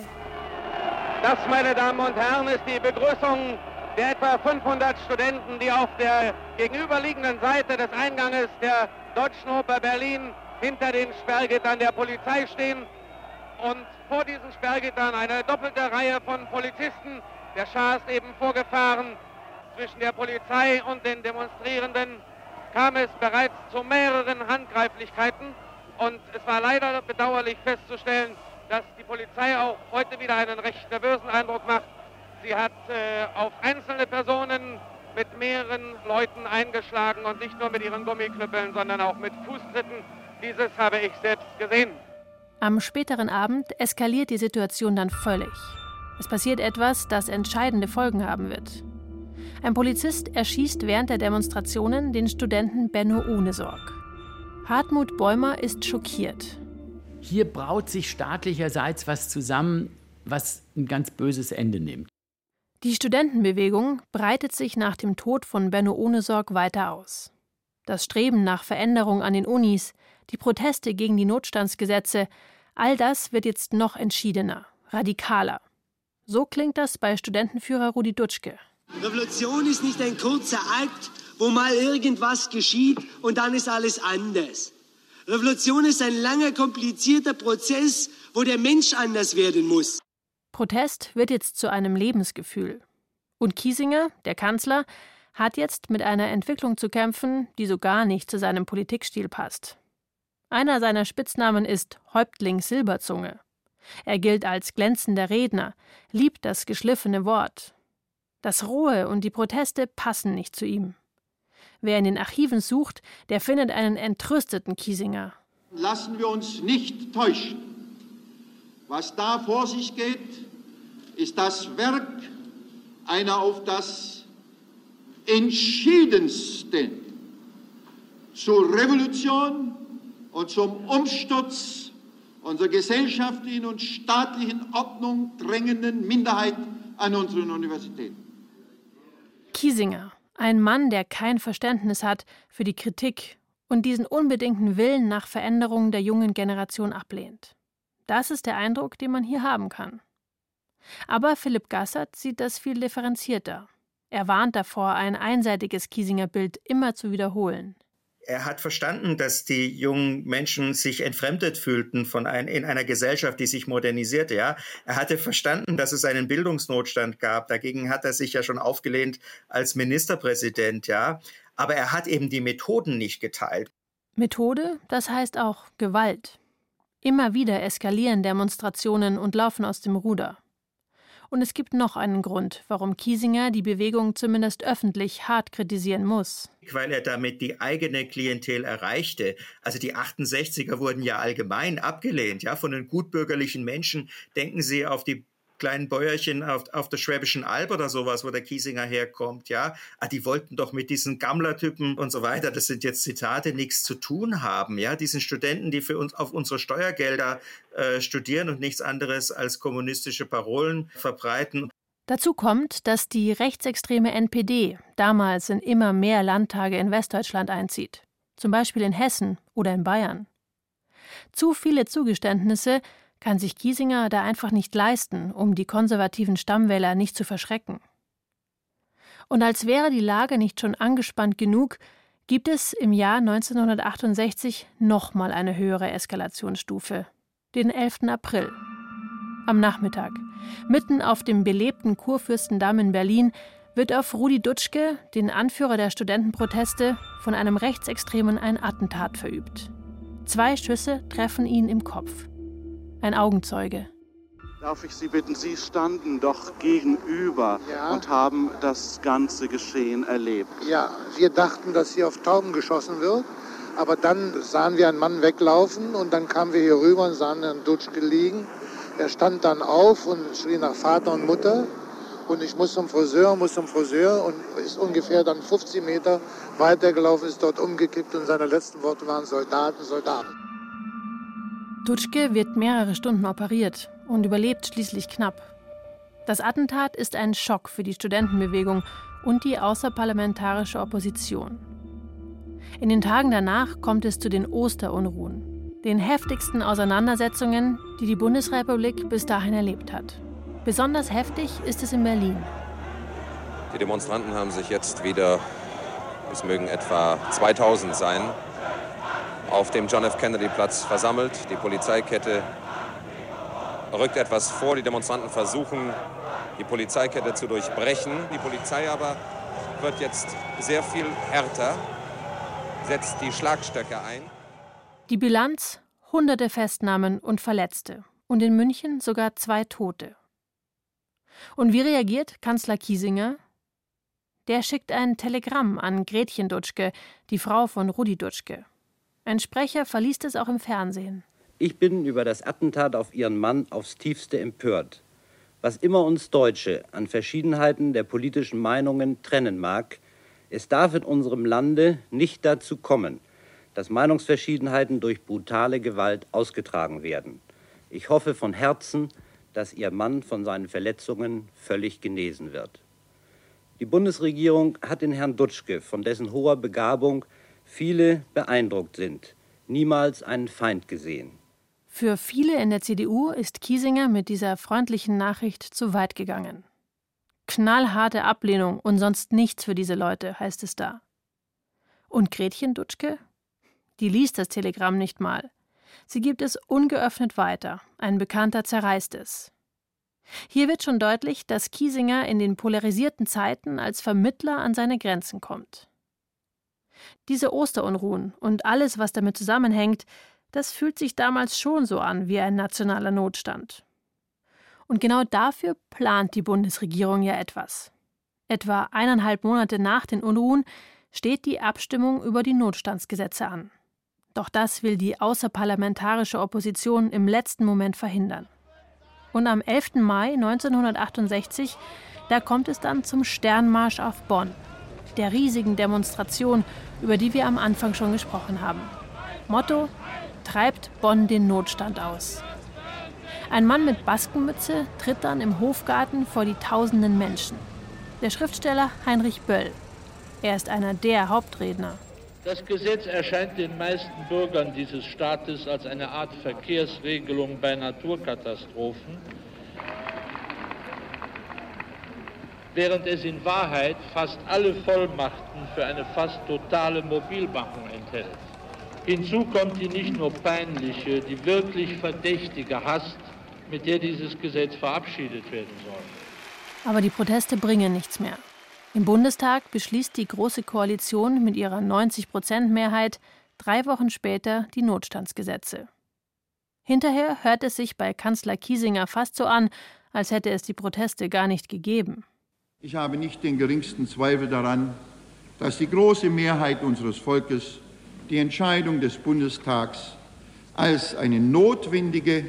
Das, meine Damen und Herren, ist die Begrüßung der etwa fünfhundert Studenten, die auf der gegenüberliegenden Seite des Einganges der Deutschen Oper Berlin hinter den Sperrgittern der Polizei stehen. Und vor diesen Sperrgittern eine doppelte Reihe von Polizisten. Der Schah ist eben vorgefahren. Zwischen der Polizei und den Demonstrierenden kam es bereits zu mehreren Handgreiflichkeiten. Und es war leider bedauerlich festzustellen, dass die Polizei auch heute wieder einen recht nervösen Eindruck macht. Sie hat äh, auf einzelne Personen mit mehreren Leuten eingeschlagen und nicht nur mit ihren Gummiknüppeln, sondern auch mit Fußtritten. Dieses habe ich selbst gesehen. Am späteren Abend eskaliert die Situation dann völlig. Es passiert etwas, das entscheidende Folgen haben wird. Ein Polizist erschießt während der Demonstrationen den Studenten Benno Ohnesorg. Hartmut Bäumer ist schockiert. Hier braut sich staatlicherseits was zusammen, was ein ganz böses Ende nimmt. Die Studentenbewegung breitet sich nach dem Tod von Benno Ohnesorg weiter aus. Das Streben nach Veränderung an den Unis, die Proteste gegen die Notstandsgesetze, all das wird jetzt noch entschiedener, radikaler. So klingt das bei Studentenführer Rudi Dutschke. Revolution ist nicht ein kurzer Akt, wo mal irgendwas geschieht und dann ist alles anders. Revolution ist ein langer, komplizierter Prozess, wo der Mensch anders werden muss. Protest wird jetzt zu einem Lebensgefühl. Und Kiesinger, der Kanzler, hat jetzt mit einer Entwicklung zu kämpfen, die so gar nicht zu seinem Politikstil passt. Einer seiner Spitznamen ist Häuptling Silberzunge. Er gilt als glänzender Redner, liebt das geschliffene Wort. Das Rohe und die Proteste passen nicht zu ihm. Wer in den Archiven sucht, der findet einen entrüsteten Kiesinger. Lassen wir uns nicht täuschen. Was da vor sich geht, ist das Werk einer auf das entschiedenste zur Revolution und zum Umsturz unserer gesellschaftlichen und staatlichen Ordnung drängenden Minderheit an unseren Universitäten. Kiesinger, ein Mann, der kein Verständnis hat für die Kritik und diesen unbedingten Willen nach Veränderung der jungen Generation ablehnt. Das ist der Eindruck, den man hier haben kann. Aber Philipp Gassert sieht das viel differenzierter. Er warnt davor, ein einseitiges Kiesinger Bild immer zu wiederholen. Er hat verstanden, dass die jungen Menschen sich entfremdet fühlten von ein, in einer Gesellschaft, die sich modernisierte. Ja? Er hatte verstanden, dass es einen Bildungsnotstand gab. Dagegen hat er sich ja schon aufgelehnt als Ministerpräsident. Ja? Aber er hat eben die Methoden nicht geteilt. Methode, das heißt auch Gewalt. Immer wieder eskalieren Demonstrationen und laufen aus dem Ruder. Und es gibt noch einen Grund, warum Kiesinger die Bewegung zumindest öffentlich hart kritisieren muss. Weil er damit die eigene Klientel erreichte. Also die achtundsechziger wurden ja allgemein abgelehnt, ja, von den gutbürgerlichen Menschen. Denken Sie auf die kleinen Bäuerchen auf, auf der Schwäbischen Alb oder sowas, wo der Kiesinger herkommt, ja. Ah, die wollten doch mit diesen Gammlertypen und so weiter, das sind jetzt Zitate, nichts zu tun haben, ja. Diesen Studenten, die für uns auf unsere Steuergelder äh, studieren und nichts anderes als kommunistische Parolen verbreiten. Dazu kommt, dass die rechtsextreme N P D damals in immer mehr Landtage in Westdeutschland einzieht. Zum Beispiel in Hessen oder in Bayern. Zu viele Zugeständnisse kann sich Kiesinger da einfach nicht leisten, um die konservativen Stammwähler nicht zu verschrecken. Und als wäre die Lage nicht schon angespannt genug, gibt es im Jahr neunzehnhundertachtundsechzig nochmal eine höhere Eskalationsstufe, den elften April. Am Nachmittag, mitten auf dem belebten Kurfürstendamm in Berlin, wird auf Rudi Dutschke, den Anführer der Studentenproteste, von einem Rechtsextremen ein Attentat verübt. Zwei Schüsse treffen ihn im Kopf. Ein Augenzeuge. Darf ich Sie bitten, Sie standen doch gegenüber ja. und haben das ganze Geschehen erlebt. Ja, wir dachten, dass hier auf Tauben geschossen wird, aber dann sahen wir einen Mann weglaufen und dann kamen wir hier rüber und sahen Herrn Dutschke liegen. Er stand dann auf und schrie nach Vater und Mutter und ich muss zum Friseur, muss zum Friseur und ist ungefähr dann fünfzig Meter weitergelaufen, ist dort umgekippt und seine letzten Worte waren Soldaten, Soldaten. Dutschke wird mehrere Stunden operiert und überlebt schließlich knapp. Das Attentat ist ein Schock für die Studentenbewegung und die außerparlamentarische Opposition. In den Tagen danach kommt es zu den Osterunruhen, den heftigsten Auseinandersetzungen, die die Bundesrepublik bis dahin erlebt hat. Besonders heftig ist es in Berlin. Die Demonstranten haben sich jetzt wieder, es mögen etwa zweitausend sein, auf dem John F. Kennedy-Platz versammelt. Die Polizeikette rückt etwas vor. Die Demonstranten versuchen, die Polizeikette zu durchbrechen. Die Polizei aber wird jetzt sehr viel härter, setzt die Schlagstöcke ein. Die Bilanz: hunderte Festnahmen und Verletzte. Und in München sogar zwei Tote. Und wie reagiert Kanzler Kiesinger? Der schickt ein Telegramm an Gretchen Dutschke, die Frau von Rudi Dutschke. Ein Sprecher verliest es auch im Fernsehen. Ich bin über das Attentat auf Ihren Mann aufs Tiefste empört. Was immer uns Deutsche an Verschiedenheiten der politischen Meinungen trennen mag, es darf in unserem Lande nicht dazu kommen, dass Meinungsverschiedenheiten durch brutale Gewalt ausgetragen werden. Ich hoffe von Herzen, dass Ihr Mann von seinen Verletzungen völlig genesen wird. Die Bundesregierung hat in Herrn Dutschke, von dessen hoher Begabung viele beeindruckt sind, niemals einen Feind gesehen. Für viele in der C D U ist Kiesinger mit dieser freundlichen Nachricht zu weit gegangen. Knallharte Ablehnung und sonst nichts für diese Leute, heißt es da. Und Gretchen Dutschke? Die liest das Telegramm nicht mal. Sie gibt es ungeöffnet weiter. Ein Bekannter zerreißt es. Hier wird schon deutlich, dass Kiesinger in den polarisierten Zeiten als Vermittler an seine Grenzen kommt. Diese Osterunruhen und alles, was damit zusammenhängt, das fühlt sich damals schon so an wie ein nationaler Notstand. Und genau dafür plant die Bundesregierung ja etwas. Etwa eineinhalb Monate nach den Unruhen steht die Abstimmung über die Notstandsgesetze an. Doch das will die außerparlamentarische Opposition im letzten Moment verhindern. Und am elften Mai neunzehnhundertachtundsechzig, da kommt es dann zum Sternmarsch auf Bonn, der riesigen Demonstration, über die wir am Anfang schon gesprochen haben. Motto: Treibt Bonn den Notstand aus. Ein Mann mit Baskenmütze tritt dann im Hofgarten vor die tausenden Menschen. Der Schriftsteller Heinrich Böll. Er ist einer der Hauptredner. Das Gesetz erscheint den meisten Bürgern dieses Staates als eine Art Verkehrsregelung bei Naturkatastrophen, während es in Wahrheit fast alle Vollmachten für eine fast totale Mobilmachung enthält. Hinzu kommt die nicht nur peinliche, die wirklich verdächtige Hast, mit der dieses Gesetz verabschiedet werden soll. Aber die Proteste bringen nichts mehr. Im Bundestag beschließt die Große Koalition mit ihrer neunzig Prozent Mehrheit drei Wochen später die Notstandsgesetze. Hinterher hört es sich bei Kanzler Kiesinger fast so an, als hätte es die Proteste gar nicht gegeben. Ich habe nicht den geringsten Zweifel daran, dass die große Mehrheit unseres Volkes die Entscheidung des Bundestags als eine notwendige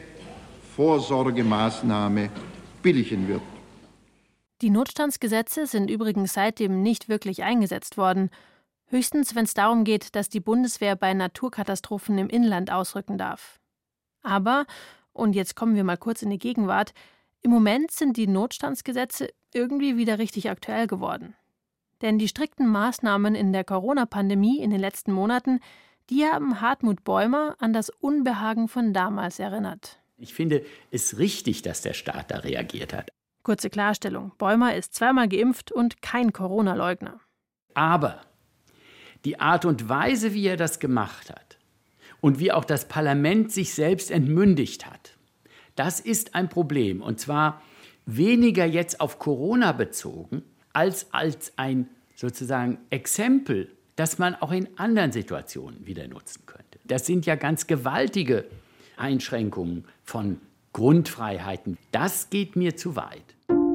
Vorsorgemaßnahme billigen wird. Die Notstandsgesetze sind übrigens seitdem nicht wirklich eingesetzt worden. Höchstens, wenn es darum geht, dass die Bundeswehr bei Naturkatastrophen im Inland ausrücken darf. Aber, und jetzt kommen wir mal kurz in die Gegenwart, im Moment sind die Notstandsgesetze irgendwie wieder richtig aktuell geworden. Denn die strikten Maßnahmen in der Corona-Pandemie in den letzten Monaten, die haben Hartmut Bäumer an das Unbehagen von damals erinnert. Ich finde es richtig, dass der Staat da reagiert hat. Kurze Klarstellung, Bäumer ist zweimal geimpft und kein Corona-Leugner. Aber die Art und Weise, wie er das gemacht hat und wie auch das Parlament sich selbst entmündigt hat, das ist ein Problem. Und zwar weniger jetzt auf Corona bezogen, als als ein sozusagen Exempel, das man auch in anderen Situationen wieder nutzen könnte. Das sind ja ganz gewaltige Einschränkungen von Grundfreiheiten. Das geht mir zu weit.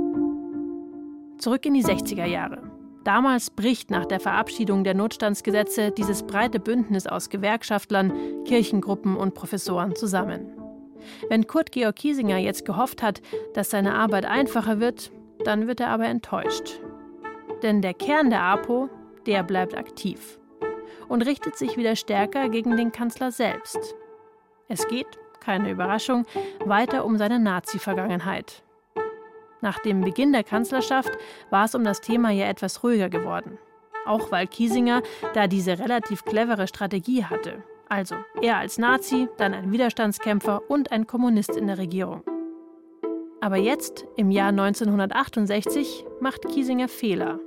Zurück in die sechziger Jahre. Damals bricht nach der Verabschiedung der Notstandsgesetze dieses breite Bündnis aus Gewerkschaftlern, Kirchengruppen und Professoren zusammen. Wenn Kurt Georg Kiesinger jetzt gehofft hat, dass seine Arbeit einfacher wird, dann wird er aber enttäuscht. Denn der Kern der APO, der bleibt aktiv und richtet sich wieder stärker gegen den Kanzler selbst. Es geht, keine Überraschung, weiter um seine Nazi-Vergangenheit. Nach dem Beginn der Kanzlerschaft war es um das Thema ja etwas ruhiger geworden. Auch weil Kiesinger da diese relativ clevere Strategie hatte. Also er als Nazi, dann ein Widerstandskämpfer und ein Kommunist in der Regierung. Aber jetzt, im Jahr neunzehnhundertachtundsechzig, macht Kiesinger Fehler.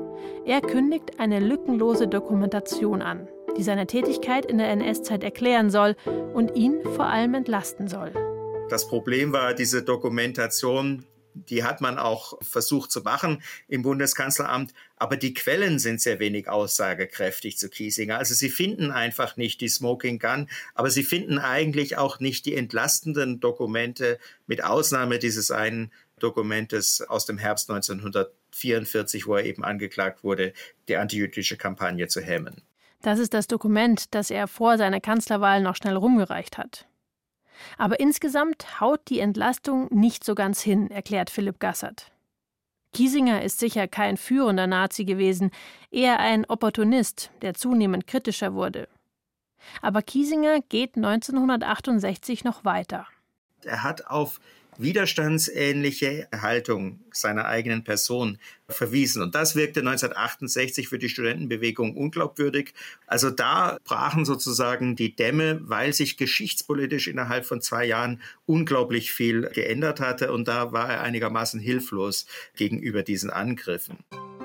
Er kündigt eine lückenlose Dokumentation an, die seine Tätigkeit in der N S-Zeit erklären soll und ihn vor allem entlasten soll. Das Problem war, diese Dokumentation, die hat man auch versucht zu machen im Bundeskanzleramt, aber die Quellen sind sehr wenig aussagekräftig zu Kiesinger. Also sie finden einfach nicht die Smoking Gun, aber sie finden eigentlich auch nicht die entlastenden Dokumente, mit Ausnahme dieses einen Dokumentes aus dem Herbst neunzehnhundertvierundvierzig, wo er eben angeklagt wurde, die antijüdische Kampagne zu hemmen. Das ist das Dokument, das er vor seiner Kanzlerwahl noch schnell rumgereicht hat. Aber insgesamt haut die Entlastung nicht so ganz hin, erklärt Philipp Gassert. Kiesinger ist sicher kein führender Nazi gewesen, eher ein Opportunist, der zunehmend kritischer wurde. Aber Kiesinger geht neunzehnhundertachtundsechzig noch weiter. Er hat auf widerstandsähnliche Haltung seiner eigenen Person verwiesen. Und das wirkte neunzehnhundertachtundsechzig für die Studentenbewegung unglaubwürdig. Also da brachen sozusagen die Dämme, weil sich geschichtspolitisch innerhalb von zwei Jahren unglaublich viel geändert hatte. Und da war er einigermaßen hilflos gegenüber diesen Angriffen.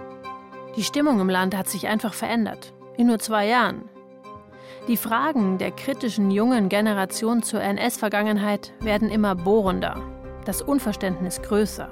Die Stimmung im Land hat sich einfach verändert. In nur zwei Jahren. Die Fragen der kritischen jungen Generation zur N S-Vergangenheit werden immer bohrender. Das Unverständnis größer.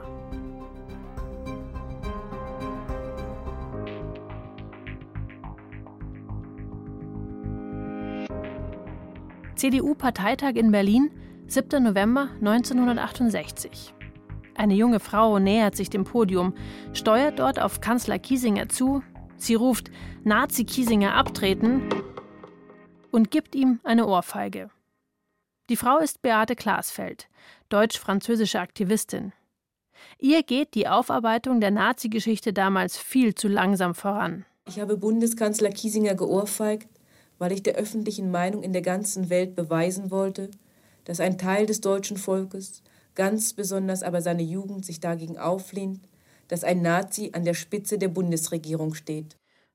C D U-Parteitag in Berlin, siebter November neunzehnhundertachtundsechzig. Eine junge Frau nähert sich dem Podium, steuert dort auf Kanzler Kiesinger zu, sie ruft „Nazi Kiesinger abtreten" und gibt ihm eine Ohrfeige. Die Frau ist Beate Glasfeld, deutsch-französische Aktivistin. Ihr geht die Aufarbeitung der Nazi-Geschichte damals viel zu langsam voran. Ich habe Bundeskanzler Kiesinger geohrfeigt, weil ich der öffentlichen Meinung in der ganzen Welt beweisen wollte, dass ein Teil des deutschen Volkes, ganz besonders aber seine Jugend, sich dagegen auflehnt, dass ein Nazi an der Spitze der Bundesregierung steht.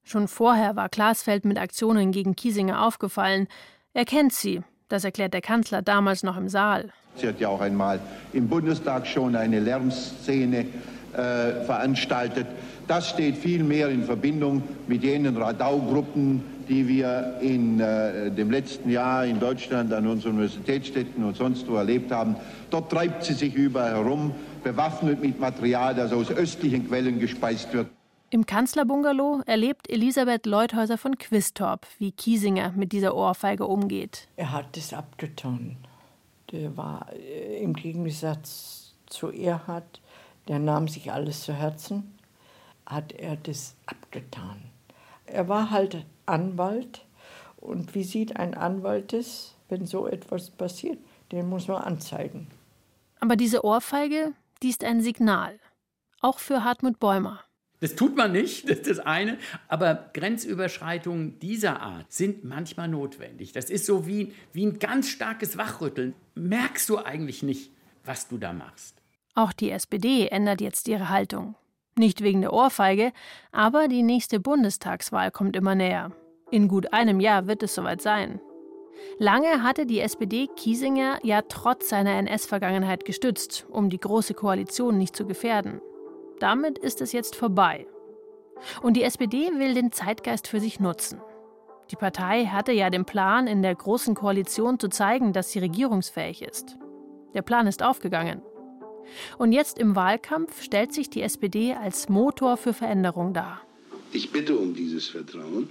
Schon vorher war Glasfeld mit Aktionen gegen Kiesinger aufgefallen. Er kennt sie, das erklärt der Kanzler damals noch im Saal. Sie hat ja auch einmal im Bundestag schon eine Lärmszene äh, veranstaltet. Das steht viel mehr in Verbindung mit jenen Radau-Gruppen, die wir in äh, dem letzten Jahr in Deutschland an unseren Universitätsstädten und sonst wo erlebt haben. Dort treibt sie sich überall herum, bewaffnet mit Material, das aus östlichen Quellen gespeist wird. Im Kanzlerbungalow erlebt Elisabeth Leuthäuser von Quistorp, wie Kiesinger mit dieser Ohrfeige umgeht. Er hat es abgetan. Der war äh, im Gegensatz zu Erhard, der nahm sich alles zu Herzen, hat er das abgetan. Er war halt Anwalt und wie sieht ein Anwalt es, wenn so etwas passiert? Den muss man anzeigen. Aber diese Ohrfeige, die ist ein Signal, auch für Hartmut Bäumer. Das tut man nicht, das ist das eine. Aber Grenzüberschreitungen dieser Art sind manchmal notwendig. Das ist so wie, wie ein ganz starkes Wachrütteln. Merkst du eigentlich nicht, was du da machst? Auch die S P D ändert jetzt ihre Haltung. Nicht wegen der Ohrfeige, aber die nächste Bundestagswahl kommt immer näher. In gut einem Jahr wird es soweit sein. Lange hatte die S P D Kiesinger ja trotz seiner N S-Vergangenheit gestützt, um die Große Koalition nicht zu gefährden. Damit ist es jetzt vorbei. Und die S P D will den Zeitgeist für sich nutzen. Die Partei hatte ja den Plan, in der Großen Koalition zu zeigen, dass sie regierungsfähig ist. Der Plan ist aufgegangen. Und jetzt im Wahlkampf stellt sich die S P D als Motor für Veränderung dar. Ich bitte um dieses Vertrauen,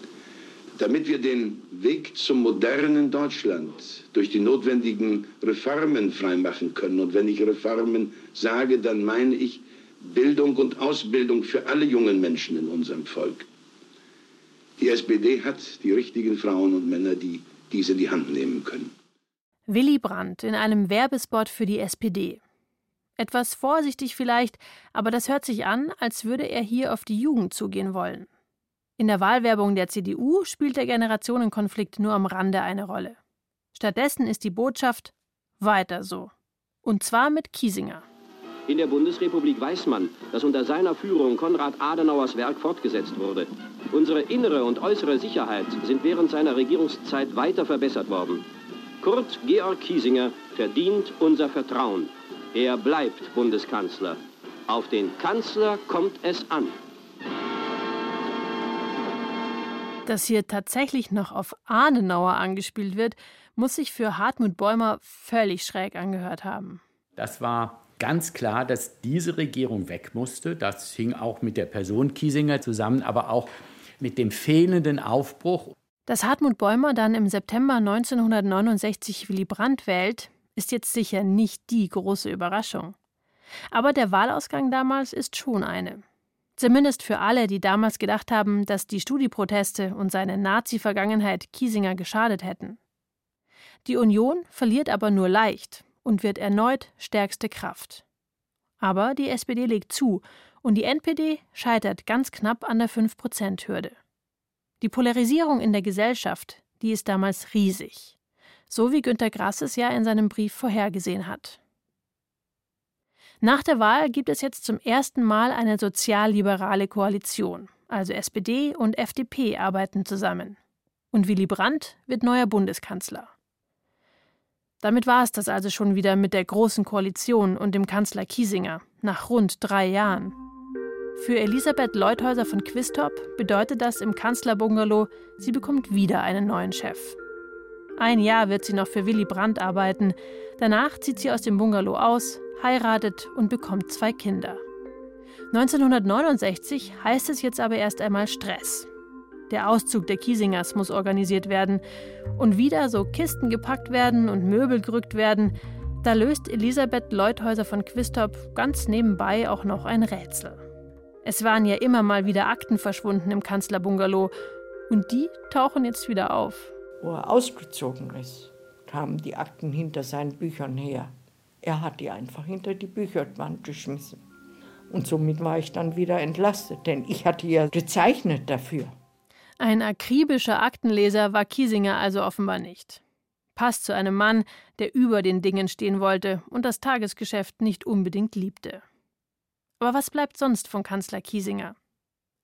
damit wir den Weg zum modernen Deutschland durch die notwendigen Reformen freimachen können. Und wenn ich Reformen sage, dann meine ich Bildung und Ausbildung für alle jungen Menschen in unserem Volk. Die S P D hat die richtigen Frauen und Männer, die diese in die Hand nehmen können. Willy Brandt in einem Werbespot für die S P D. Etwas vorsichtig vielleicht, aber das hört sich an, als würde er hier auf die Jugend zugehen wollen. In der Wahlwerbung der C D U spielt der Generationenkonflikt nur am Rande eine Rolle. Stattdessen ist die Botschaft: weiter so. Und zwar mit Kiesinger. In der Bundesrepublik weiß man, dass unter seiner Führung Konrad Adenauers Werk fortgesetzt wurde. Unsere innere und äußere Sicherheit sind während seiner Regierungszeit weiter verbessert worden. Kurt Georg Kiesinger verdient unser Vertrauen. Er bleibt Bundeskanzler. Auf den Kanzler kommt es an. Dass hier tatsächlich noch auf Adenauer angespielt wird, muss sich für Hartmut Bäumer völlig schräg angehört haben. Das war ganz klar, dass diese Regierung weg musste. Das hing auch mit der Person Kiesinger zusammen, aber auch mit dem fehlenden Aufbruch. Dass Hartmut Bäumer dann im September neunzehnhundertneunundsechzig Willy Brandt wählt, ist jetzt sicher nicht die große Überraschung. Aber der Wahlausgang damals ist schon eine. Zumindest für alle, die damals gedacht haben, dass die Studi-Proteste und seine Nazi-Vergangenheit Kiesinger geschadet hätten. Die Union verliert aber nur leicht und wird erneut stärkste Kraft. Aber die S P D legt zu und die N P D scheitert ganz knapp an der fünf Prozent Hürde. Die Polarisierung in der Gesellschaft, die ist damals riesig. So wie Günter Grass es ja in seinem Brief vorhergesehen hat. Nach der Wahl gibt es jetzt zum ersten Mal eine sozialliberale Koalition, also S P D und F D P arbeiten zusammen. Und Willy Brandt wird neuer Bundeskanzler. Damit war es das also schon wieder mit der Großen Koalition und dem Kanzler Kiesinger, nach rund drei Jahren. Für Elisabeth Leuthäuser von Quistorp bedeutet das im Kanzlerbungalow, sie bekommt wieder einen neuen Chef. Ein Jahr wird sie noch für Willy Brandt arbeiten. Danach zieht sie aus dem Bungalow aus, heiratet und bekommt zwei Kinder. neunzehnhundertneunundsechzig heißt es jetzt aber erst einmal Stress. Der Auszug der Kiesingers muss organisiert werden. Und wieder so Kisten gepackt werden und Möbel gerückt werden. Da löst Elisabeth Leuthäuser von Quistorp ganz nebenbei auch noch ein Rätsel. Es waren ja immer mal wieder Akten verschwunden im Kanzlerbungalow. Und die tauchen jetzt wieder auf. Wo er ausgezogen ist, kamen die Akten hinter seinen Büchern her. Er hat die einfach hinter die Bücherwand geschmissen. Und somit war ich dann wieder entlastet, denn ich hatte ja gezeichnet dafür. Ein akribischer Aktenleser war Kiesinger also offenbar nicht. Passt zu einem Mann, der über den Dingen stehen wollte und das Tagesgeschäft nicht unbedingt liebte. Aber was bleibt sonst von Kanzler Kiesinger?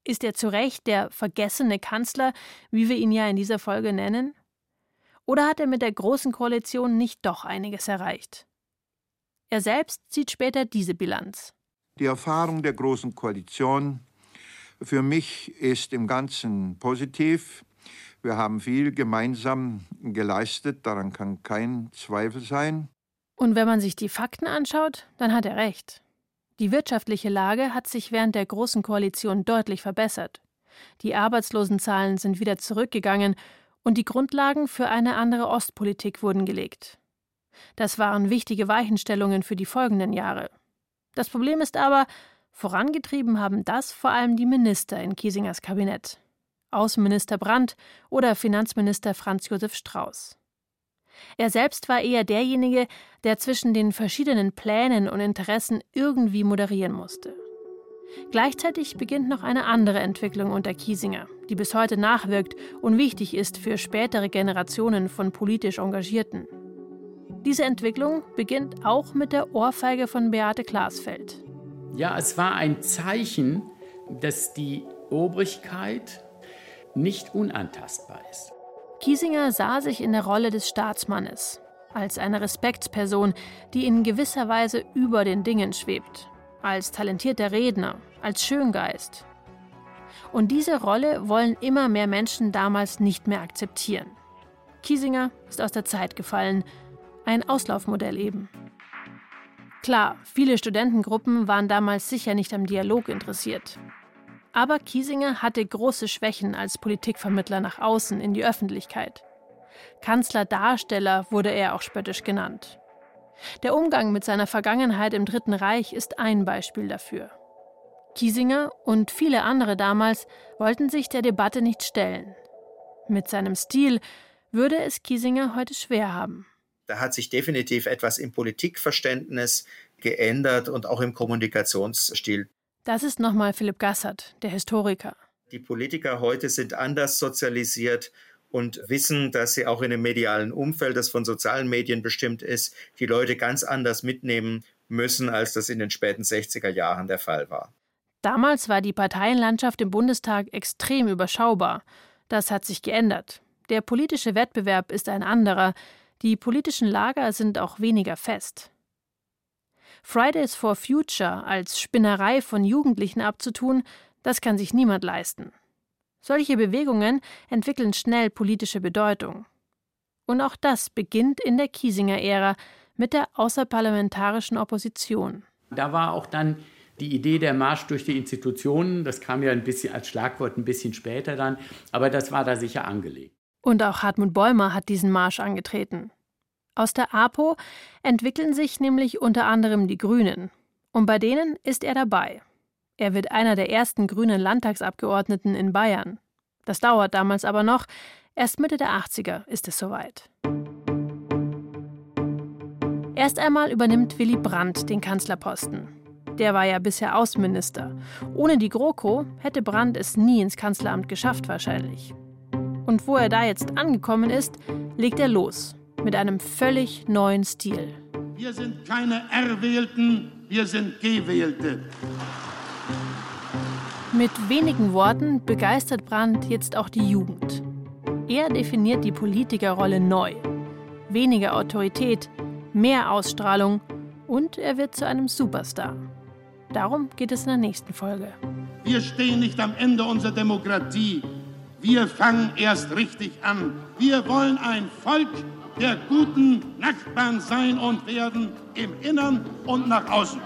Ist er zu Recht der vergessene Kanzler, wie wir ihn ja in dieser Folge nennen? Oder hat er mit der Großen Koalition nicht doch einiges erreicht? Er selbst zieht später diese Bilanz. Die Erfahrung der Großen Koalition für mich ist im Ganzen positiv. Wir haben viel gemeinsam geleistet, daran kann kein Zweifel sein. Und wenn man sich die Fakten anschaut, dann hat er recht. Die wirtschaftliche Lage hat sich während der Großen Koalition deutlich verbessert. Die Arbeitslosenzahlen sind wieder zurückgegangen und die Grundlagen für eine andere Ostpolitik wurden gelegt. Das waren wichtige Weichenstellungen für die folgenden Jahre. Das Problem ist aber, vorangetrieben haben das vor allem die Minister in Kiesingers Kabinett. Außenminister Brandt oder Finanzminister Franz Josef Strauß. Er selbst war eher derjenige, der zwischen den verschiedenen Plänen und Interessen irgendwie moderieren musste. Gleichzeitig beginnt noch eine andere Entwicklung unter Kiesinger, die bis heute nachwirkt und wichtig ist für spätere Generationen von politisch Engagierten. Diese Entwicklung beginnt auch mit der Ohrfeige von Beate Glasfeld. Ja, es war ein Zeichen, dass die Obrigkeit nicht unantastbar ist. Kiesinger sah sich in der Rolle des Staatsmannes, als eine Respektsperson, die in gewisser Weise über den Dingen schwebt, als talentierter Redner, als Schöngeist. Und diese Rolle wollen immer mehr Menschen damals nicht mehr akzeptieren. Kiesinger ist aus der Zeit gefallen, ein Auslaufmodell eben. Klar, viele Studentengruppen waren damals sicher nicht am Dialog interessiert. Aber Kiesinger hatte große Schwächen als Politikvermittler nach außen in die Öffentlichkeit. Kanzlerdarsteller wurde er auch spöttisch genannt. Der Umgang mit seiner Vergangenheit im Dritten Reich ist ein Beispiel dafür. Kiesinger und viele andere damals wollten sich der Debatte nicht stellen. Mit seinem Stil würde es Kiesinger heute schwer haben. Da hat sich definitiv etwas im Politikverständnis geändert und auch im Kommunikationsstil. Das ist nochmal Philipp Gassert, der Historiker. Die Politiker heute sind anders sozialisiert und wissen, dass sie auch in einem medialen Umfeld, das von sozialen Medien bestimmt ist, die Leute ganz anders mitnehmen müssen, als das in den späten sechziger Jahren der Fall war. Damals war die Parteienlandschaft im Bundestag extrem überschaubar. Das hat sich geändert. Der politische Wettbewerb ist ein anderer. Die politischen Lager sind auch weniger fest. Fridays for Future als Spinnerei von Jugendlichen abzutun, das kann sich niemand leisten. Solche Bewegungen entwickeln schnell politische Bedeutung. Und auch das beginnt in der Kiesinger-Ära mit der außerparlamentarischen Opposition. Da war auch dann die Idee der Marsch durch die Institutionen, das kam ja ein bisschen als Schlagwort ein bisschen später dann, aber das war da sicher angelegt. Und auch Hartmut Bäumer hat diesen Marsch angetreten. Aus der APO entwickeln sich nämlich unter anderem die Grünen. Und bei denen ist er dabei. Er wird einer der ersten grünen Landtagsabgeordneten in Bayern. Das dauert damals aber noch. Erst Mitte der achtziger ist es soweit. Erst einmal übernimmt Willy Brandt den Kanzlerposten. Der war ja bisher Außenminister. Ohne die GroKo hätte Brandt es nie ins Kanzleramt geschafft wahrscheinlich. Und wo er da jetzt angekommen ist, legt er los. Mit einem völlig neuen Stil. Wir sind keine Erwählten, wir sind Gewählte. Mit wenigen Worten begeistert Brandt jetzt auch die Jugend. Er definiert die Politikerrolle neu. Weniger Autorität, mehr Ausstrahlung und er wird zu einem Superstar. Darum geht es in der nächsten Folge. Wir stehen nicht am Ende unserer Demokratie. Wir fangen erst richtig an. Wir wollen ein Volk der guten Nachbarn sein und werden, im Innern und nach außen.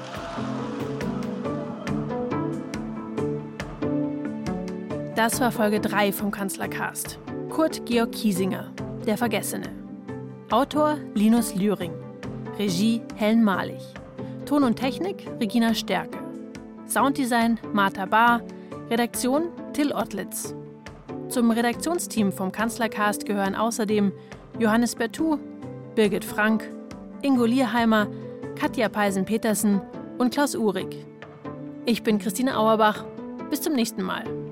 Das war Folge drei vom Kanzlercast. Kurt Georg Kiesinger, der Vergessene. Autor Linus Lühring. Regie Helen Malich. Ton und Technik Regina Stärke. Sounddesign Martha Bahr. Redaktion Till Ottlitz. Zum Redaktionsteam vom Kanzlercast gehören außerdem Johannes Bertou, Birgit Frank, Ingo Lierheimer, Katja Peisen-Petersen und Klaus Uhrig. Ich bin Christine Auerbach. Bis zum nächsten Mal.